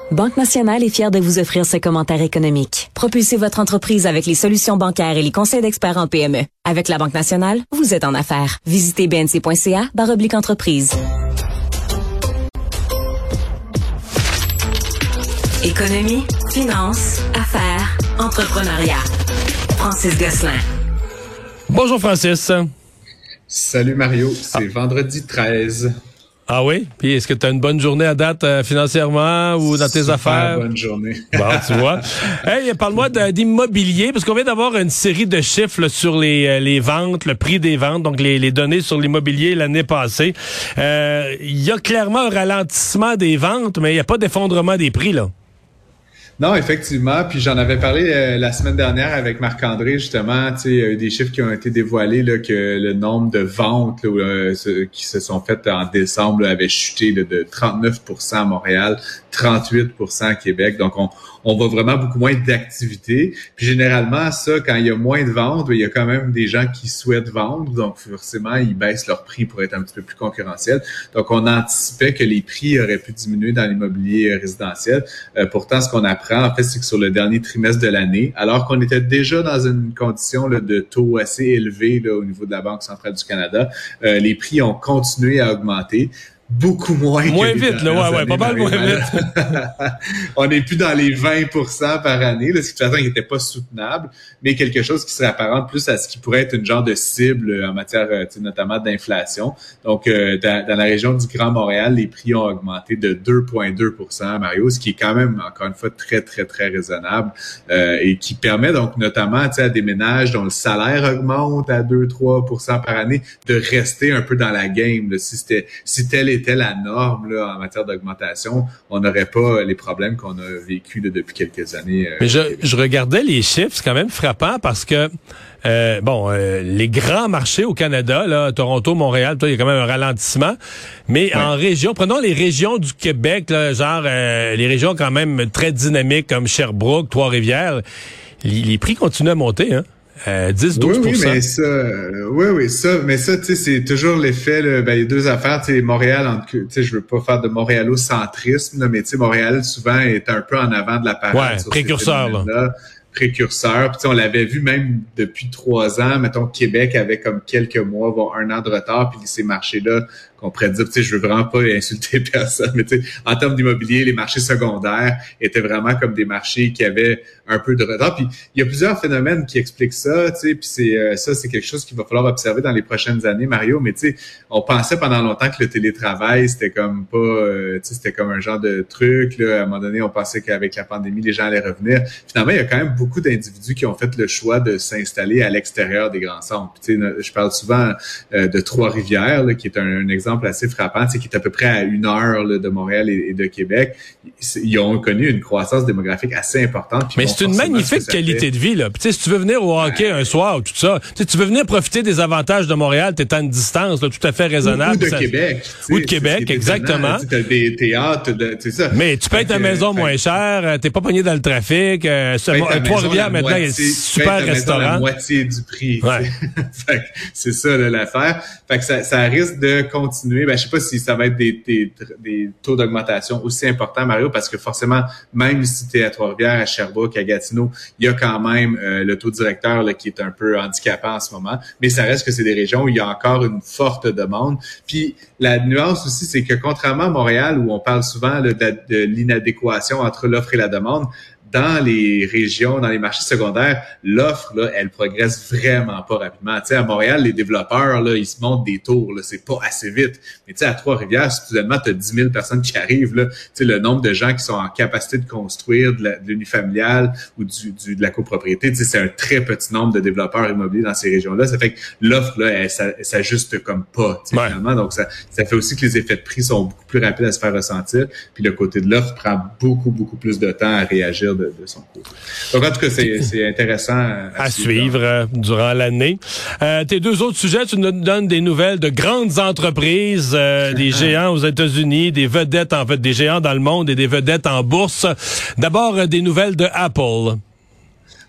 Banque Nationale est fière de vous offrir ce commentaire économique. Propulsez votre entreprise avec les solutions bancaires et les conseils d'experts en PME. Avec la Banque Nationale, vous êtes en affaires. Visitez bnc.ca/entreprise. Économie, finances, affaires, entrepreneuriat. Francis Gosselin. Bonjour Francis. Salut Mario, c'est vendredi 13. Ah oui? Puis est-ce que tu as une bonne journée à date financièrement ou dans tes Super affaires? Bonne journée. Bon, tu vois. Hey, parle-moi d'immobilier, parce qu'on vient d'avoir une série de chiffres là, sur les ventes, le prix des ventes, donc les données sur l'immobilier l'année passée. Il y a clairement un ralentissement des ventes, mais il n'y a pas d'effondrement des prix, là. Non, effectivement. Puis j'en avais parlé la semaine dernière avec Marc-André, justement. Tu sais, il y a eu des chiffres qui ont été dévoilés, là, que le nombre de ventes là, qui se sont faites en décembre là, avait chuté là, de 39% à Montréal, 38% à Québec. Donc, on voit vraiment beaucoup moins d'activité. Puis généralement, ça, quand il y a moins de ventes, il y a quand même des gens qui souhaitent vendre. Donc, forcément, ils baissent leur prix pour être un petit peu plus concurrentiels. Donc, on anticipait que les prix auraient pu diminuer dans l'immobilier résidentiel. Pourtant, ce qu'on apprend, en fait, c'est que sur le dernier trimestre de l'année, alors qu'on était déjà dans une condition là, de taux assez élevé là, au niveau de la Banque centrale du Canada, les prix ont continué à augmenter. Beaucoup moins vite, là, ouais, pas mal moins vite. On n'est plus dans les 20% par année, là, ce qui de toute façon n'était pas soutenable, mais quelque chose qui serait apparent plus à ce qui pourrait être une genre de cible en matière notamment d'inflation. Donc, dans la région du Grand Montréal, les prix ont augmenté de 2,2%, Mario, ce qui est quand même, encore une fois, très, très, très raisonnable et qui permet donc notamment à des ménages dont le salaire augmente à 2-3% par année de rester un peu dans la game. Là, si tel était la norme là, en matière d'augmentation, on n'aurait pas les problèmes qu'on a vécu là, depuis quelques années. Mais je regardais les chiffres, c'est quand même frappant parce que les grands marchés au Canada, là, Toronto, Montréal, il y a quand même un ralentissement. Mais en région, prenons les régions du Québec, là, genre les régions quand même très dynamiques comme Sherbrooke, Trois-Rivières, les prix continuent à monter, hein? 10-12%. Mais ça, tu sais, c'est toujours l'effet, là, il y a deux affaires, tu sais, Montréal, tu sais, je veux pas faire de montréalocentrisme, là, mais tu sais, Montréal, souvent, est un peu en avant de la parade. Ouais, précurseur, là. Précurseur. Puis on l'avait vu même depuis 3 ans. Mettons, Québec avait comme quelques mois, voire 1 an de retard. Puis ces marchés-là, qu'on pourrait dire, tu sais, je veux vraiment pas insulter personne, mais tu sais, en termes d'immobilier, les marchés secondaires étaient vraiment comme des marchés qui avaient un peu de retard. Puis il y a plusieurs phénomènes qui expliquent ça, tu sais. Puis c'est quelque chose qu'il va falloir observer dans les prochaines années, Mario. Mais tu sais, on pensait pendant longtemps que le télétravail c'était comme pas, tu sais, c'était comme un genre de truc. Là, à un moment donné, on pensait qu'avec la pandémie, les gens allaient revenir. Finalement, il y a quand même beaucoup d'individus qui ont fait le choix de s'installer à l'extérieur des grands centres. Puis, tu sais, je parle souvent de Trois-Rivières, là, qui est un exemple assez frappant, qui est à peu près à 1 heure là, de Montréal et de Québec. Ils ont connu une croissance démographique assez importante. Mais c'est une magnifique qualité de vie, là. Puis, si tu veux venir au hockey un soir ou tout ça, tu veux venir profiter des avantages de Montréal, t'es à une distance là, tout à fait raisonnable. Ou de Québec. Ou de Québec, exactement. Tu as des théâtres, c'est ça. Mais tu payes ta maison moins cher, t'es pas pogné dans le trafic. Trois-Rivières, maintenant, il y a un super restaurant. La moitié du prix. Ouais. C'est ça là, l'affaire. Fait que ça risque de continuer. Je sais pas si ça va être des taux d'augmentation aussi importants, Mario, parce que forcément, même si tu es à Trois-Rivières, à Sherbrooke, à Gatineau, il y a quand même le taux directeur là, qui est un peu handicapant en ce moment. Mais ça reste que c'est des régions où il y a encore une forte demande. Puis la nuance aussi, c'est que contrairement à Montréal, où on parle souvent là, de l'inadéquation entre l'offre et la demande, dans les régions, dans les marchés secondaires, l'offre, là, elle progresse vraiment pas rapidement. Tu sais, à Montréal, les développeurs, là, ils se montent des tours, là, c'est pas assez vite. Mais tu sais, à Trois-Rivières, soudainement, tu as 10 000 personnes qui arrivent, là. Tu sais, le nombre de gens qui sont en capacité de construire de l'unifamilial ou de la copropriété, tu sais, c'est un très petit nombre de développeurs immobiliers dans ces régions-là. Ça fait que l'offre, là, elle s'ajuste comme pas, tu sais, finalement. Donc, ça fait aussi que les effets de prix sont beaucoup plus rapides à se faire ressentir. Puis le côté de l'offre prend beaucoup, beaucoup plus de temps à réagir de son côté. Donc, en tout cas, c'est intéressant à suivre durant l'année. Tes deux autres sujets, tu nous donnes des nouvelles de grandes entreprises, des géants aux États-Unis, des vedettes, en fait, des géants dans le monde et des vedettes en bourse. D'abord, des nouvelles de Apple.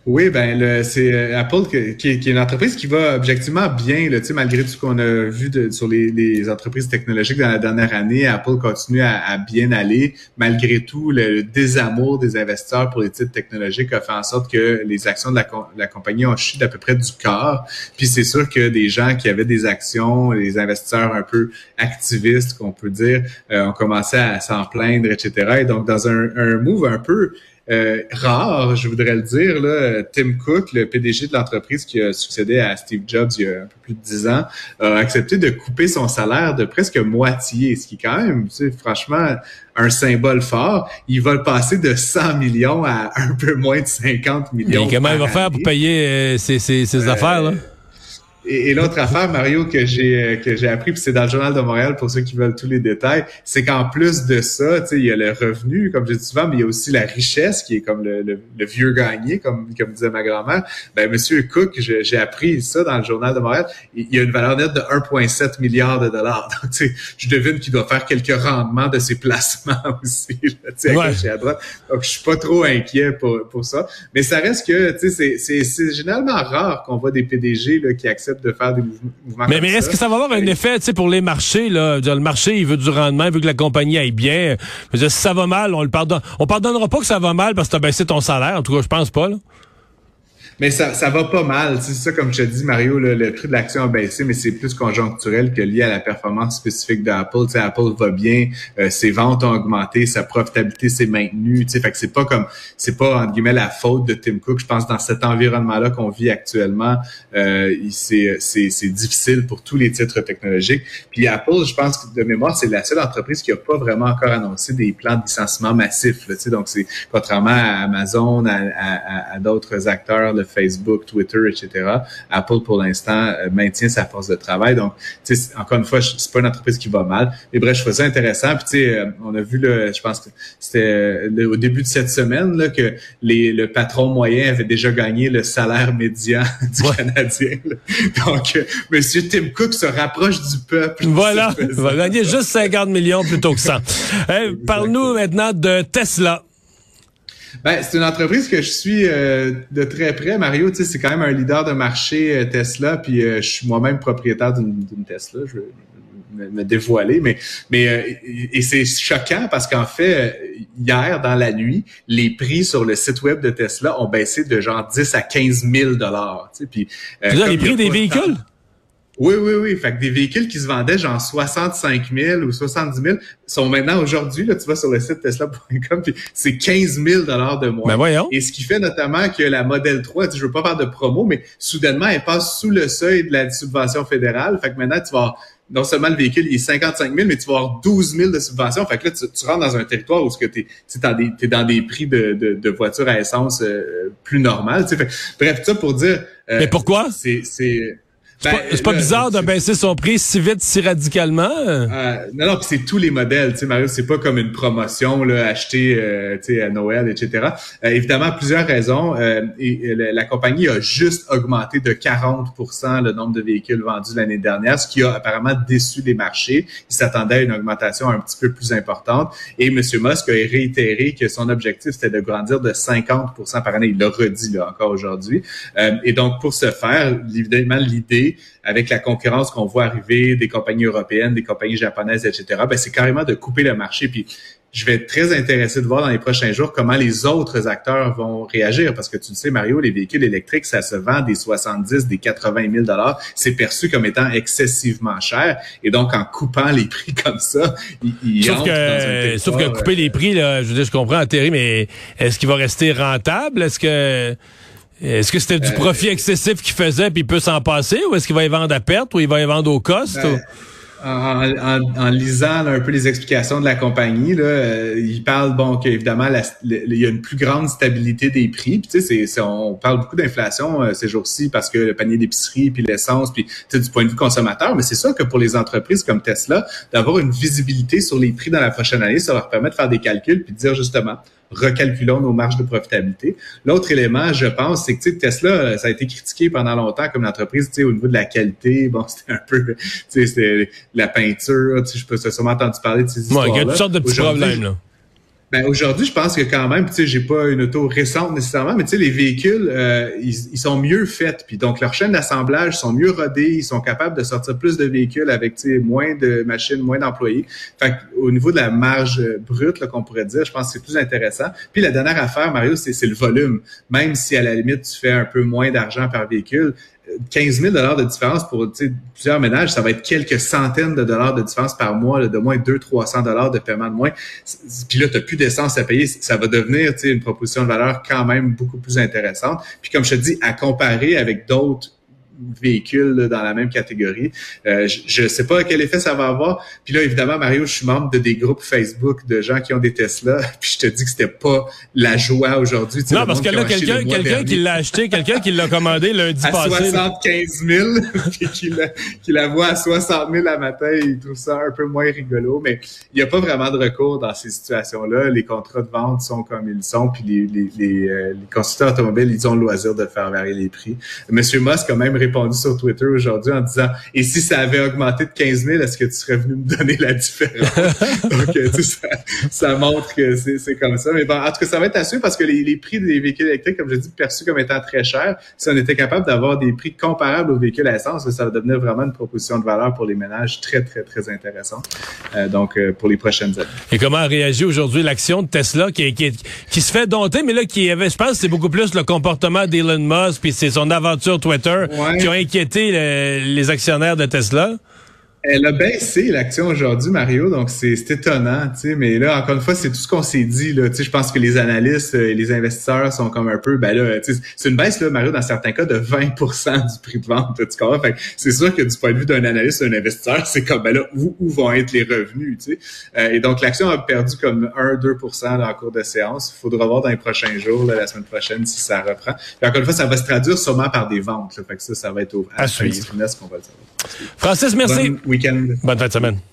Oui, ben c'est Apple qui est une entreprise qui va objectivement bien, là, tu sais, malgré tout ce qu'on a vu sur les entreprises technologiques dans la dernière année. Apple continue à bien aller. Malgré tout, le désamour des investisseurs pour les titres technologiques a fait en sorte que les actions de la compagnie ont chuté d'à peu près du quart. Puis c'est sûr que des gens qui avaient des actions, les investisseurs un peu activistes, qu'on peut dire, ont commencé à s'en plaindre, etc. Et donc, dans un move un peu rare, je voudrais le dire, là, Tim Cook, le PDG de l'entreprise qui a succédé à Steve Jobs il y a un peu plus de 10 ans, a accepté de couper son salaire de presque moitié, ce qui est quand même, tu sais, franchement, un symbole fort. Il va le passer de 100 millions à un peu moins de 50 millions. Et comment il va faire pour payer ses affaires, là? Et l'autre affaire, Mario, que j'ai appris, puis c'est dans le Journal de Montréal pour ceux qui veulent tous les détails, c'est qu'en plus de ça, tu sais, il y a le revenu, comme je dis souvent, mais il y a aussi la richesse qui est comme le vieux gagné, comme disait ma grand-mère. Ben, Monsieur Cook, j'ai appris ça dans le Journal de Montréal, il y a une valeur nette de 1,7 milliard de dollars. Donc, tu sais, je devine qu'il doit faire quelques rendements de ses placements aussi, là, tu sais, à gauche et à droite. Donc, je suis pas trop inquiet pour ça. Mais ça reste que, tu sais, c'est généralement rare qu'on voit des PDG, là, qui acceptent de faire des mouvements mais est-ce que ça va avoir un effet, tu sais, pour les marchés, là? Le marché, il veut du rendement, il veut que la compagnie aille bien. Je veux dire, si ça va mal, on le pardonne. On pardonnera pas que ça va mal parce que t'as baissé ton salaire. En tout cas, je pense pas, là. Mais ça va pas mal. C'est ça, comme je te dis, Mario, le prix de l'action a baissé, mais c'est plus conjoncturel que lié à la performance spécifique d'Apple. Tu sais, Apple va bien, ses ventes ont augmenté, sa profitabilité s'est maintenue. Tu sais, fait que c'est pas entre guillemets la faute de Tim Cook. Je pense dans cet environnement-là qu'on vit actuellement, c'est difficile pour tous les titres technologiques. Puis Apple, je pense que de mémoire, c'est la seule entreprise qui a pas vraiment encore annoncé des plans de licenciement massifs. Là, tu sais, donc c'est contrairement à Amazon, à d'autres acteurs, Facebook, Twitter, etc. Apple, pour l'instant, maintient sa force de travail. Donc, tu sais, encore une fois, c'est pas une entreprise qui va mal. Mais bref, je trouvais ça intéressant. Puis, tu sais, on a vu, je pense que c'était au début de cette semaine, là, que le patron moyen avait déjà gagné le salaire médian du Canadien. Là. Donc, Monsieur Tim Cook se rapproche du peuple. Voilà, il va gagner juste 50 millions plutôt que 100. Parle-nous maintenant de Tesla. Ben, c'est une entreprise que je suis de très près, Mario. Tu sais, c'est quand même un leader de marché Tesla, puis je suis moi-même propriétaire d'une Tesla. Je vais me dévoiler, mais et c'est choquant parce qu'en fait, hier dans la nuit, les prix sur le site web de Tesla ont baissé de genre 10 à 15 000 $. Tu sais, puis les prix des véhicules? Oui. Fait que des véhicules qui se vendaient genre 65 000 ou 70 000 sont maintenant aujourd'hui, là, tu vas sur le site tesla.com, puis c'est 15 000 $ de moins. Ben voyons. Et ce qui fait notamment que la Model 3, je veux pas faire de promo, mais soudainement, elle passe sous le seuil de la subvention fédérale. Fait que maintenant, tu vas avoir, non seulement le véhicule, il est 55 000, mais tu vas avoir 12 000 de subvention. Fait que là, tu rentres dans un territoire où t'es dans des prix de voitures à essence plus normales. Bref, ça pour dire... mais pourquoi? C'est pas bizarre de baisser son prix si vite, si radicalement? Non, puis c'est tous les modèles, tu sais, Mario, c'est pas comme une promotion là, achetée tu sais, à Noël, etc. Évidemment, plusieurs raisons. La compagnie a juste augmenté de 40% le nombre de véhicules vendus l'année dernière, ce qui a apparemment déçu les marchés. Ils s'attendaient à une augmentation un petit peu plus importante. Et M. Musk a réitéré que son objectif, c'était de grandir de 50% par année. Il l'a redit là encore aujourd'hui. Et donc, pour ce faire, évidemment, l'idée avec la concurrence qu'on voit arriver des compagnies européennes, des compagnies japonaises, etc., ben, c'est carrément de couper le marché. Puis je vais être très intéressé de voir dans les prochains jours comment les autres acteurs vont réagir. Parce que tu le sais, Mario, les véhicules électriques, ça se vend des 70, des 80 000 $. C'est perçu comme étant excessivement cher. Et donc, en coupant les prix comme ça, sauf que couper les prix, là, je veux dire, je comprends, Thierry, mais est-ce qu'il va rester rentable? Est-ce que c'était du profit excessif qu'il faisait puis il peut s'en passer, ou est-ce qu'il va y vendre à perte ou il va y vendre au cost? En lisant là, un peu les explications de la compagnie, là, il parle qu'évidemment il y a une plus grande stabilité des prix. Puis tu sais, on parle beaucoup d'inflation ces jours-ci parce que le panier d'épicerie puis l'essence, puis tu sais, du point de vue consommateur. Mais c'est sûr que pour les entreprises comme Tesla, d'avoir une visibilité sur les prix dans la prochaine année, ça leur permet de faire des calculs puis de dire justement, recalculons nos marges de profitabilité. L'autre élément, je pense, c'est que tu sais, Tesla, ça a été critiqué pendant longtemps comme l'entreprise, tu sais, au niveau de la qualité. Bon, c'était un peu, tu sais, c'était la peinture. Tu sais, je peux sûrement entendu parler de ces histoires-là. Il y a toutes sortes de petits problèmes là. Ben aujourd'hui, je pense que quand même, tu sais, j'ai pas une auto récente nécessairement, mais tu sais, les véhicules, ils sont mieux faits, puis donc leurs chaînes d'assemblage sont mieux rodées, ils sont capables de sortir plus de véhicules avec, tu sais, moins de machines, moins d'employés. Fait au niveau de la marge brute, là, qu'on pourrait dire, je pense que c'est plus intéressant. Puis la dernière affaire, Mario, c'est le volume. Même si à la limite tu fais un peu moins d'argent par véhicule, 15 000 $ de différence pour plusieurs ménages, ça va être quelques centaines de dollars de différence par mois, là, de moins 200-300 $ de paiement de moins. Puis là, tu n'as plus d'essence à payer. Ça va devenir une proposition de valeur quand même beaucoup plus intéressante. Puis comme je te dis, à comparer avec d'autres véhicules là, dans la même catégorie. Je sais pas quel effet ça va avoir. Puis là, évidemment, Mario, je suis membre de des groupes Facebook de gens qui ont des Tesla. Puis je te dis que c'était pas la joie aujourd'hui. Non, parce que là, quelqu'un qui l'a acheté, quelqu'un qui l'a commandé lundi à passé. 75 000, puis qui la voit à 60 000 à matin, il trouve ça un peu moins rigolo. Mais il n'y a pas vraiment de recours dans ces situations-là. Les contrats de vente sont comme ils sont, puis les constructeurs automobiles, ils ont le loisir de faire varier les prix. Monsieur Musk a même répondu sur Twitter aujourd'hui en disant « Et si ça avait augmenté de 15 000, est-ce que tu serais venu me donner la différence? » Donc, tu sais, ça montre que c'est comme ça. Mais bon, en tout cas, ça va être à suivre parce que les prix des véhicules électriques, comme je dis, perçus comme étant très chers, si on était capable d'avoir des prix comparables aux véhicules à essence, ça va devenir vraiment une proposition de valeur pour les ménages très, très, très intéressante. Donc, pour les prochaines années. Et comment a réagi aujourd'hui l'action de Tesla qui se fait dompter, mais là, je pense que c'est beaucoup plus le comportement d'Elon Musk puis c'est son aventure Twitter qui ont inquiété les actionnaires de Tesla. Elle a baissé l'action aujourd'hui, Mario, donc c'est étonnant, tu sais, mais là, encore une fois, c'est tout ce qu'on s'est dit, là, tu sais, je pense que les analystes et les investisseurs sont comme un peu, ben là, tu sais, c'est une baisse, là, Mario, dans certains cas, de 20% du prix de vente, tu comprends? Fait que c'est sûr que du point de vue d'un analyste ou d'un investisseur, c'est comme, ben là, où vont être les revenus, tu sais? Et donc, l'action a perdu comme 1-2% en cours de séance. Il faudra voir dans les prochains jours, là, la semaine prochaine, si ça reprend. Puis encore une fois, ça va se traduire sûrement par des ventes, là, fait que ça va être à suivre. Qu'on va le savoir. Francis, merci. Bon week-end. Bonne fin de semaine.